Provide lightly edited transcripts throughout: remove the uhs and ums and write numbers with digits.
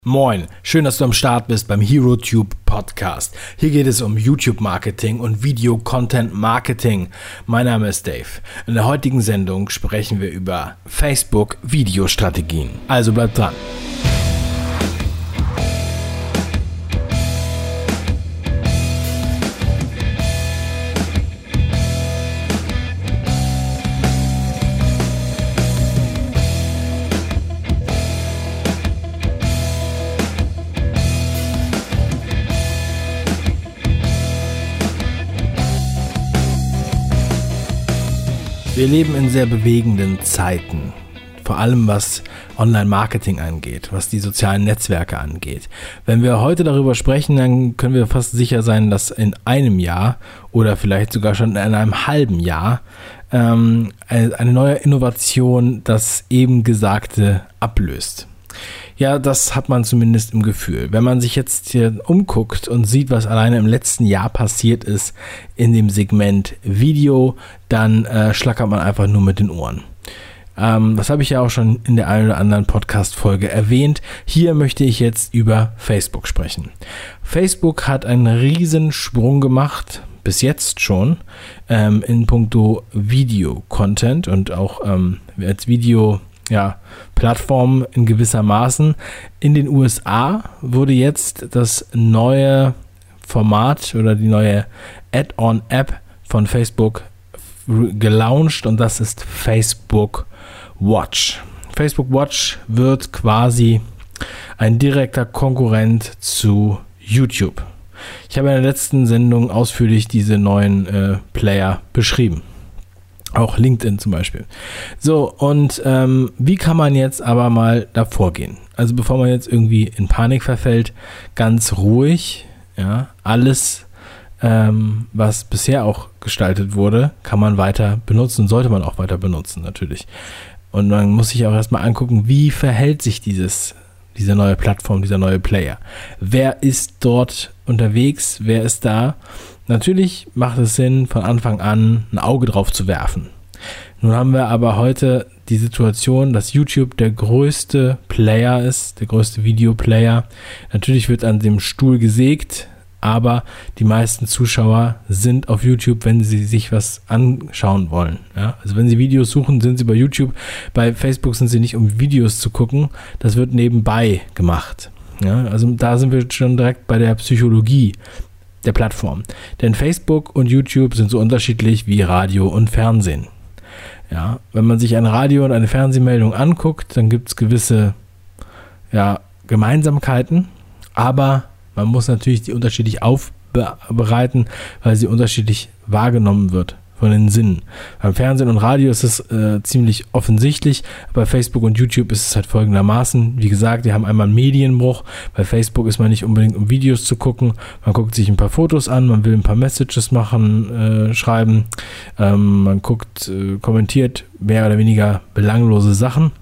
Moin, schön, dass du am Start bist beim HeroTube Podcast. Hier geht es um YouTube-Marketing und Video-Content-Marketing. Mein Name ist Dave. In der heutigen Sendung sprechen wir über Facebook-Videostrategien. Also bleib dran. Wir leben in sehr bewegenden Zeiten, vor allem was Online-Marketing angeht, was die sozialen Netzwerke angeht. Wenn wir heute darüber sprechen, dann können wir fast sicher sein, dass in einem Jahr oder vielleicht sogar schon in einem halben Jahr eine neue Innovation das eben Gesagte ablöst. Ja, das hat man zumindest im Gefühl. Wenn man sich jetzt hier umguckt und sieht, was alleine im letzten Jahr passiert ist in dem Segment Video, dann schlackert man einfach nur mit den Ohren. Das habe ich ja auch schon in der einen oder anderen Podcast-Folge erwähnt. Hier möchte ich jetzt über Facebook sprechen. Facebook hat einen riesen Sprung gemacht, bis jetzt schon, in puncto Video-Content und auch als Plattform in gewissermaßen. In den USA wurde jetzt das neue Format oder die neue Add-on-App von Facebook gelauncht und das ist Facebook Watch. Facebook Watch wird quasi ein direkter Konkurrent zu YouTube. Ich habe in der letzten Sendung ausführlich diese neuen Player beschrieben. Auch LinkedIn zum Beispiel. So, und wie kann man jetzt aber mal da vorgehen? Also bevor man jetzt irgendwie in Panik verfällt, ganz ruhig, ja, alles, was bisher auch gestaltet wurde, kann man weiter benutzen, sollte man auch weiter benutzen natürlich. Und man muss sich auch erstmal angucken, wie verhält sich diese neue Plattform, dieser neue Player. Wer ist dort unterwegs? Wer ist da? Natürlich macht es Sinn, von Anfang an ein Auge drauf zu werfen. Nun haben wir aber heute die Situation, dass YouTube der größte Player ist, der größte Videoplayer. Natürlich wird an dem Stuhl gesägt, aber die meisten Zuschauer sind auf YouTube, wenn sie sich was anschauen wollen. Ja? Also wenn sie Videos suchen, sind sie bei YouTube. Bei Facebook sind sie nicht, um Videos zu gucken. Das wird nebenbei gemacht. Ja? Also da sind wir schon direkt bei der Psychologie der Plattform. Denn Facebook und YouTube sind so unterschiedlich wie Radio und Fernsehen. Ja, wenn man sich ein Radio und eine Fernsehmeldung anguckt, dann gibt es gewisse Gemeinsamkeiten, aber man muss natürlich die unterschiedlich aufbereiten, weil sie unterschiedlich wahrgenommen wird von den Sinnen. Beim Fernsehen und Radio ist es ziemlich offensichtlich, bei Facebook und YouTube ist es halt folgendermaßen, wie gesagt, die haben einmal einen Medienbruch, bei Facebook ist man nicht unbedingt um Videos zu gucken, man guckt sich ein paar Fotos an, man will ein paar Messages machen, schreiben, man guckt, kommentiert mehr oder weniger belanglose Sachen.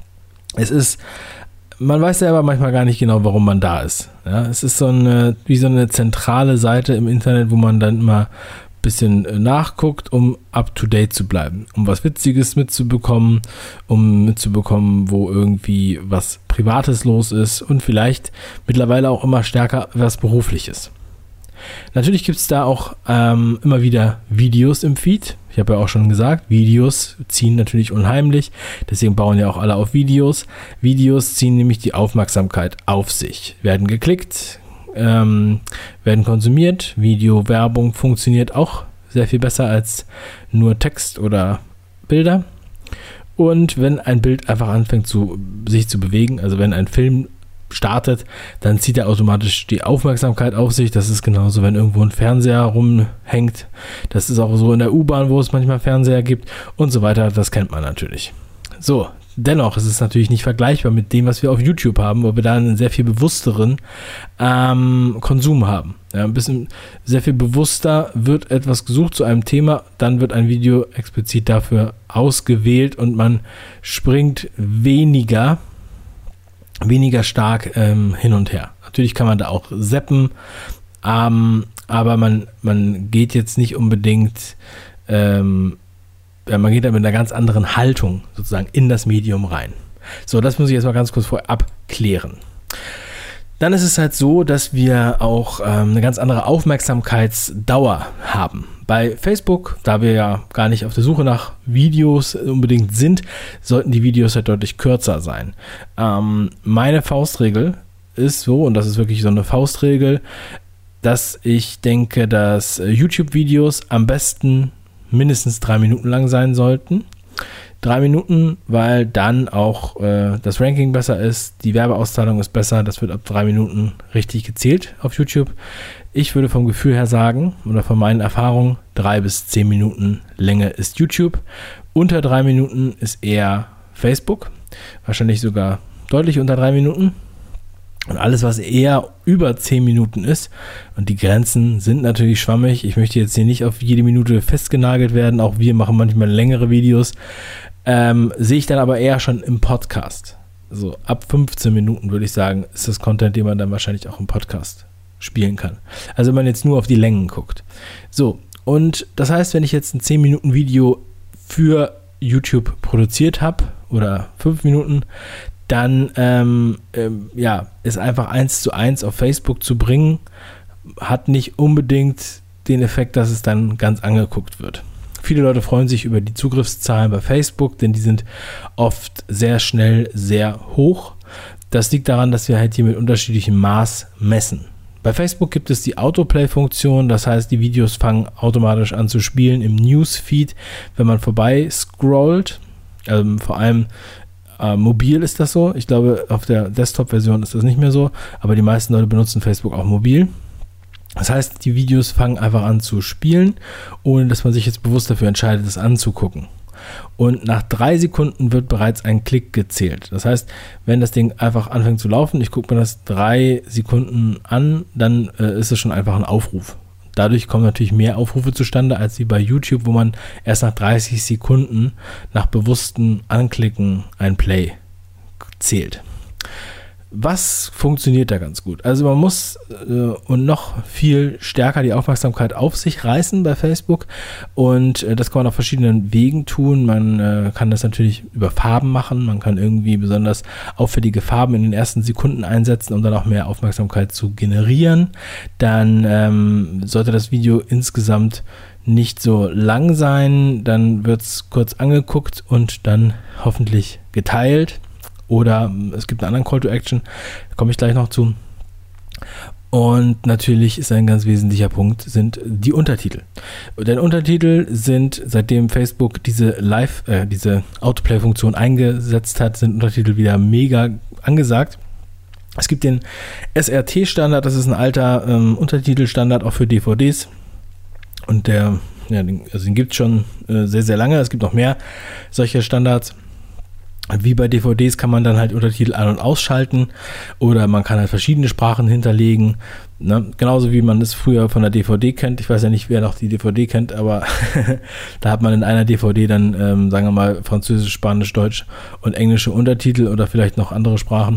Man weiß selber manchmal gar nicht genau, warum man da ist. Ja, es ist wie so eine zentrale Seite im Internet, wo man dann immer bisschen nachguckt, um up-to-date zu bleiben, um was Witziges mitzubekommen, wo irgendwie was Privates los ist und vielleicht mittlerweile auch immer stärker was Berufliches. Natürlich gibt es da auch immer wieder Videos im Feed. Ich habe ja auch schon gesagt, Videos ziehen natürlich unheimlich, deswegen bauen ja auch alle auf Videos. Videos ziehen nämlich die Aufmerksamkeit auf sich, werden geklickt, werden konsumiert. Videowerbung funktioniert auch sehr viel besser als nur Text oder Bilder. Und wenn ein Bild einfach anfängt sich zu bewegen, also wenn ein Film startet, dann zieht er automatisch die Aufmerksamkeit auf sich. Das ist genauso, wenn irgendwo ein Fernseher rumhängt. Das ist auch so in der U-Bahn, wo es manchmal Fernseher gibt und so weiter. Das kennt man natürlich. So, dennoch ist es natürlich nicht vergleichbar mit dem, was wir auf YouTube haben, wo wir da einen sehr viel bewussteren Konsum haben. Ja, ein bisschen sehr viel bewusster wird etwas gesucht zu einem Thema, dann wird ein Video explizit dafür ausgewählt und man springt weniger stark hin und her. Natürlich kann man da auch zappen, aber man geht jetzt nicht unbedingt man geht da mit einer ganz anderen Haltung sozusagen in das Medium rein. So, das muss ich jetzt mal ganz kurz vorab klären. Dann ist es halt so, dass wir auch eine ganz andere Aufmerksamkeitsdauer haben. Bei Facebook, da wir ja gar nicht auf der Suche nach Videos unbedingt sind, sollten die Videos halt deutlich kürzer sein. Meine Faustregel ist so, und das ist wirklich so eine Faustregel, dass ich denke, dass YouTube-Videos am besten mindestens 3 Minuten lang sein sollten. 3 Minuten, weil dann auch das Ranking besser ist, die Werbeauszahlung ist besser, das wird ab 3 Minuten richtig gezählt auf YouTube. Ich würde vom Gefühl her sagen, oder von meinen Erfahrungen, 3 bis 10 Minuten Länge ist YouTube. Unter 3 Minuten ist eher Facebook, wahrscheinlich sogar deutlich unter 3 Minuten. Und alles, was eher über 10 Minuten ist, und die Grenzen sind natürlich schwammig, ich möchte jetzt hier nicht auf jede Minute festgenagelt werden, auch wir machen manchmal längere Videos, sehe ich dann aber eher schon im Podcast. So ab 15 Minuten würde ich sagen, ist das Content, den man dann wahrscheinlich auch im Podcast spielen kann. Also wenn man jetzt nur auf die Längen guckt. So, und das heißt, wenn ich jetzt ein 10 Minuten Video für YouTube produziert habe oder 5 Minuten, dann ist einfach 1:1 auf Facebook zu bringen, hat nicht unbedingt den Effekt, dass es dann ganz angeguckt wird. Viele Leute freuen sich über die Zugriffszahlen bei Facebook, denn die sind oft sehr schnell sehr hoch. Das liegt daran, dass wir halt hier mit unterschiedlichem Maß messen. Bei Facebook gibt es die Autoplay-Funktion, das heißt, die Videos fangen automatisch an zu spielen im Newsfeed, wenn man vorbei scrollt. Vor allem mobil ist das so. Ich glaube, auf der Desktop-Version ist das nicht mehr so, aber die meisten Leute benutzen Facebook auch mobil. Das heißt, die Videos fangen einfach an zu spielen, ohne dass man sich jetzt bewusst dafür entscheidet, es anzugucken. Und nach 3 Sekunden wird bereits ein Klick gezählt. Das heißt, wenn das Ding einfach anfängt zu laufen, ich gucke mir das 3 Sekunden an, dann ist es schon einfach ein Aufruf. Dadurch kommen natürlich mehr Aufrufe zustande, als wie bei YouTube, wo man erst nach 30 Sekunden nach bewusstem Anklicken ein Play zählt. Was funktioniert da ganz gut? Also man muss und noch viel stärker die Aufmerksamkeit auf sich reißen bei Facebook, und das kann man auf verschiedenen Wegen tun. Man kann das natürlich über Farben machen, man kann irgendwie besonders auffällige Farben in den ersten Sekunden einsetzen, um dann auch mehr Aufmerksamkeit zu generieren. Dann sollte das Video insgesamt nicht so lang sein, dann wird es kurz angeguckt und dann hoffentlich geteilt. Oder es gibt einen anderen Call to Action, da komme ich gleich noch zu. Und natürlich ist ein ganz wesentlicher Punkt, sind die Untertitel. Denn Untertitel sind, seitdem Facebook diese Autoplay-Funktion eingesetzt hat, sind Untertitel wieder mega angesagt. Es gibt den SRT-Standard, das ist ein alter Untertitelstandard auch für DVDs. Und den gibt es schon sehr, sehr lange. Es gibt noch mehr solcher Standards. Wie bei DVDs kann man dann halt Untertitel an- und ausschalten, oder man kann halt verschiedene Sprachen hinterlegen, ne? Genauso wie man es früher von der DVD kennt. Ich weiß ja nicht, wer noch die DVD kennt, aber da hat man in einer DVD dann, sagen wir mal, Französisch, Spanisch, Deutsch und englische Untertitel oder vielleicht noch andere Sprachen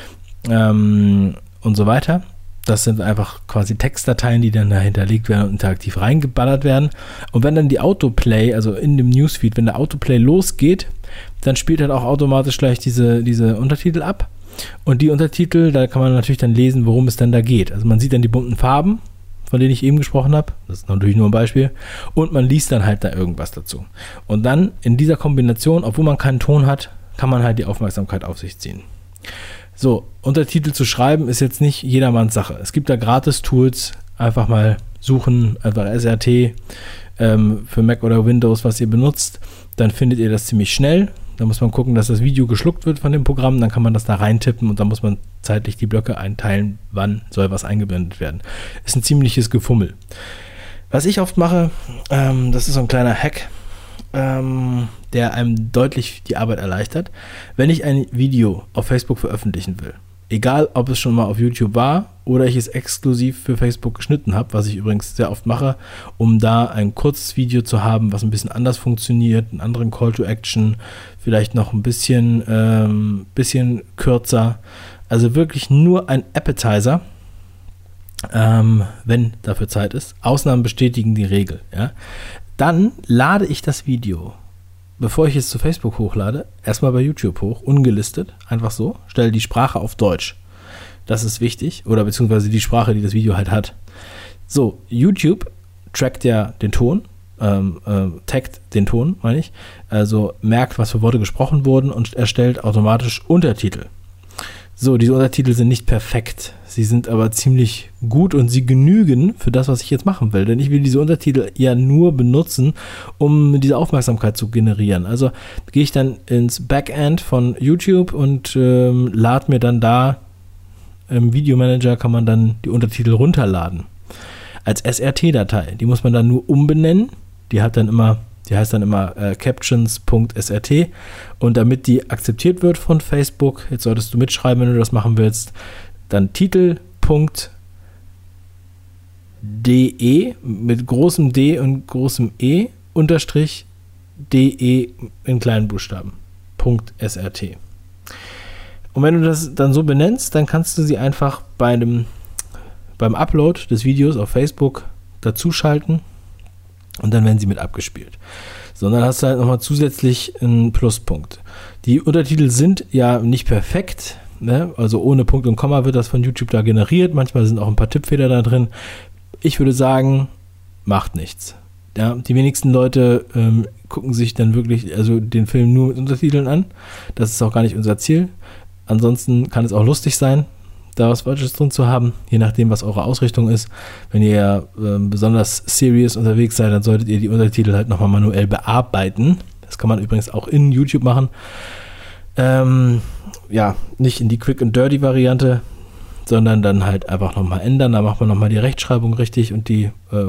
und so weiter. Das sind einfach quasi Textdateien, die dann da hinterlegt werden und interaktiv reingeballert werden. Und wenn dann die Autoplay, also in dem Newsfeed, wenn der Autoplay losgeht, dann spielt halt auch automatisch gleich diese Untertitel ab. Und die Untertitel, da kann man natürlich dann lesen, worum es dann da geht. Also man sieht dann die bunten Farben, von denen ich eben gesprochen habe. Das ist natürlich nur ein Beispiel. Und man liest dann halt da irgendwas dazu. Und dann in dieser Kombination, obwohl man keinen Ton hat, kann man halt die Aufmerksamkeit auf sich ziehen. So, Untertitel zu schreiben ist jetzt nicht jedermanns Sache. Es gibt da Gratis-Tools, einfach mal suchen, einfach SRT für Mac oder Windows, was ihr benutzt, dann findet ihr das ziemlich schnell. Da muss man gucken, dass das Video geschluckt wird von dem Programm, dann kann man das da reintippen und dann muss man zeitlich die Blöcke einteilen, wann soll was eingeblendet werden. Ist ein ziemliches Gefummel. Was ich oft mache, das ist so ein kleiner Hack, der einem deutlich die Arbeit erleichtert. Wenn ich ein Video auf Facebook veröffentlichen will, egal ob es schon mal auf YouTube war oder ich es exklusiv für Facebook geschnitten habe, was ich übrigens sehr oft mache, um da ein kurzes Video zu haben, was ein bisschen anders funktioniert, einen anderen Call to Action, vielleicht noch ein bisschen kürzer, also wirklich nur ein Appetizer, wenn dafür Zeit ist. Ausnahmen bestätigen die Regel, ja. Dann lade ich das Video, bevor ich es zu Facebook hochlade, erstmal bei YouTube hoch, ungelistet, einfach so, stelle die Sprache auf Deutsch. Das ist wichtig. Oder beziehungsweise die Sprache, die das Video halt hat. So, YouTube trackt ja den Ton, taggt den Ton, meine ich. Also merkt, was für Worte gesprochen wurden und erstellt automatisch Untertitel. So, diese Untertitel sind nicht perfekt. Sie sind aber ziemlich gut und sie genügen für das, was ich jetzt machen will. Denn ich will diese Untertitel ja nur benutzen, um diese Aufmerksamkeit zu generieren. Also gehe ich dann ins Backend von YouTube und lade mir dann da im Videomanager kann man dann die Untertitel runterladen. Als SRT-Datei. Die muss man dann nur umbenennen. Die heißt dann immer captions.srt und damit die akzeptiert wird von Facebook, jetzt solltest du mitschreiben, wenn du das machen willst, dann titel.de mit großem D und großem E unterstrich de in kleinen Buchstaben .srt. Und wenn du das dann so benennst, dann kannst du sie einfach beim Upload des Videos auf Facebook dazuschalten und dann werden sie mit abgespielt. So, und dann hast du halt nochmal zusätzlich einen Pluspunkt. Die Untertitel sind ja nicht perfekt, ne? Also ohne Punkt und Komma wird das von YouTube da generiert. Manchmal sind auch ein paar Tippfehler da drin. Ich würde sagen, macht nichts. Ja, die wenigsten Leute gucken sich dann wirklich den Film nur mit Untertiteln an. Das ist auch gar nicht unser Ziel. Ansonsten kann es auch lustig sein, da was Falsches drin zu haben, je nachdem, was eure Ausrichtung ist. Wenn ihr besonders serious unterwegs seid, dann solltet ihr die Untertitel halt nochmal manuell bearbeiten. Das kann man übrigens auch in YouTube machen. Nicht in die Quick and Dirty Variante, sondern dann halt einfach nochmal ändern. Da macht man nochmal die Rechtschreibung richtig und die,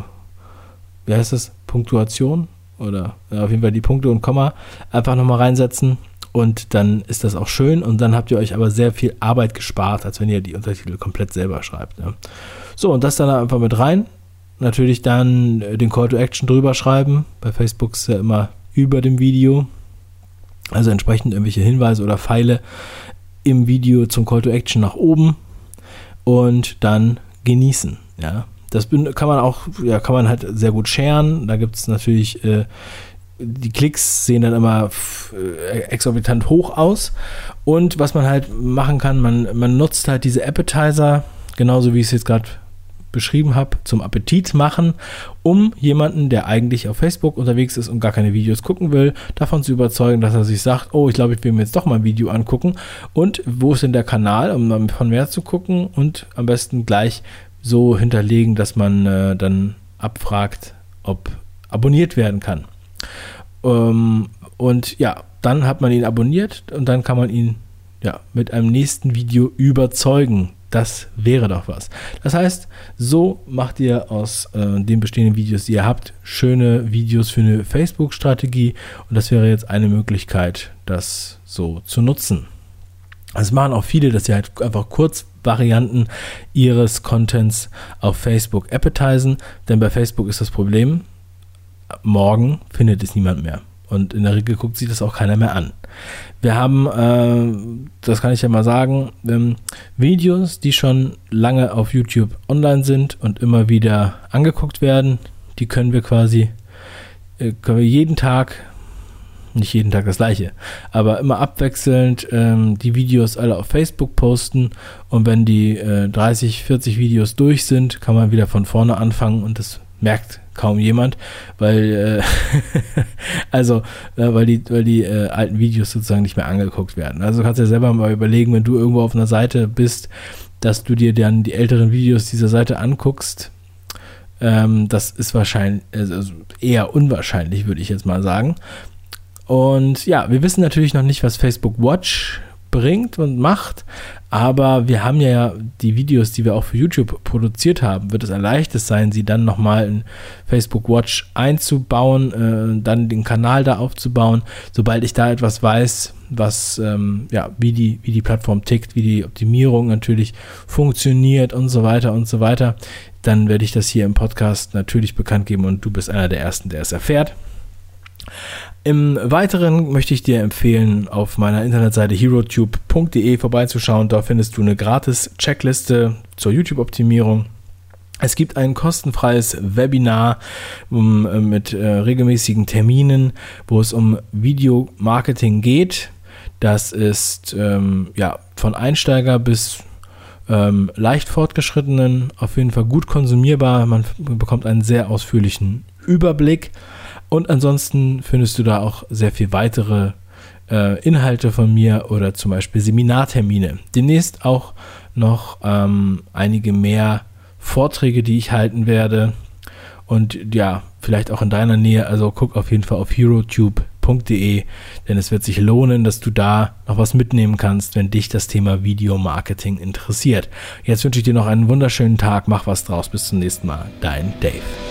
Punktuation oder auf jeden Fall die Punkte und Komma einfach nochmal reinsetzen. Und dann ist das auch schön und dann habt ihr euch aber sehr viel Arbeit gespart, als wenn ihr die Untertitel komplett selber schreibt. Ja. So, und das dann einfach mit rein. Natürlich dann den Call to Action drüber schreiben. Bei Facebook ist ja immer über dem Video. Also entsprechend irgendwelche Hinweise oder Pfeile im Video zum Call to Action nach oben und dann genießen. Ja. Das kann man halt sehr gut sharen. Da gibt es natürlich die Klicks sehen dann immer exorbitant hoch aus. Und was man halt machen kann, man nutzt halt diese Appetizer, genauso wie ich es jetzt gerade beschrieben habe, zum Appetit machen, um jemanden, der eigentlich auf Facebook unterwegs ist und gar keine Videos gucken will, davon zu überzeugen, dass er sich sagt, oh, ich glaube, ich will mir jetzt doch mal ein Video angucken. Und wo ist denn der Kanal, um dann von mehr zu gucken und am besten gleich so hinterlegen, dass man dann abfragt, ob abonniert werden kann. Und ja, dann hat man ihn abonniert und dann kann man ihn mit einem nächsten Video überzeugen. Das wäre doch was. Das heißt, so macht ihr aus den bestehenden Videos, die ihr habt, schöne Videos für eine Facebook-Strategie und das wäre jetzt eine Möglichkeit, das so zu nutzen. Das machen auch viele, dass sie halt einfach Kurzvarianten ihres Contents auf Facebook appetisen, denn bei Facebook ist das Problem, morgen findet es niemand mehr. Und in der Regel guckt sich das auch keiner mehr an. Wir haben, das kann ich ja mal sagen, Videos, die schon lange auf YouTube online sind und immer wieder angeguckt werden. Die können wir jeden Tag, nicht jeden Tag das gleiche, aber immer abwechselnd die Videos alle auf Facebook posten. Und wenn die 30, 40 Videos durch sind, kann man wieder von vorne anfangen und das merkt kaum jemand, weil die alten Videos sozusagen nicht mehr angeguckt werden. Also du kannst ja selber mal überlegen, wenn du irgendwo auf einer Seite bist, dass du dir dann die älteren Videos dieser Seite anguckst. Das ist wahrscheinlich, also eher unwahrscheinlich, würde ich jetzt mal sagen. Und ja, wir wissen natürlich noch nicht, was Facebook Watch bringt und macht, aber wir haben ja die Videos, die wir auch für YouTube produziert haben, wird es ein leichtes sein, sie dann nochmal in Facebook Watch einzubauen, dann den Kanal da aufzubauen. Sobald ich da etwas weiß, was wie die Plattform tickt, wie die Optimierung natürlich funktioniert und so weiter, dann werde ich das hier im Podcast natürlich bekannt geben und du bist einer der Ersten, der es erfährt. Im Weiteren möchte ich dir empfehlen, auf meiner Internetseite herotube.de vorbeizuschauen. Da findest du eine gratis Checkliste zur YouTube-Optimierung. Es gibt ein kostenfreies Webinar mit regelmäßigen Terminen, wo es um Video-Marketing geht. Das ist von Einsteiger bis leicht fortgeschrittenen, auf jeden Fall gut konsumierbar. Man bekommt einen sehr ausführlichen Überblick und ansonsten findest du da auch sehr viel weitere Inhalte von mir oder zum Beispiel Seminartermine. Demnächst auch noch einige mehr Vorträge, die ich halten werde und ja, vielleicht auch in deiner Nähe, also guck auf jeden Fall auf herotube.de, denn es wird sich lohnen, dass du da noch was mitnehmen kannst, wenn dich das Thema Videomarketing interessiert. Jetzt wünsche ich dir noch einen wunderschönen Tag, mach was draus, bis zum nächsten Mal, dein Dave.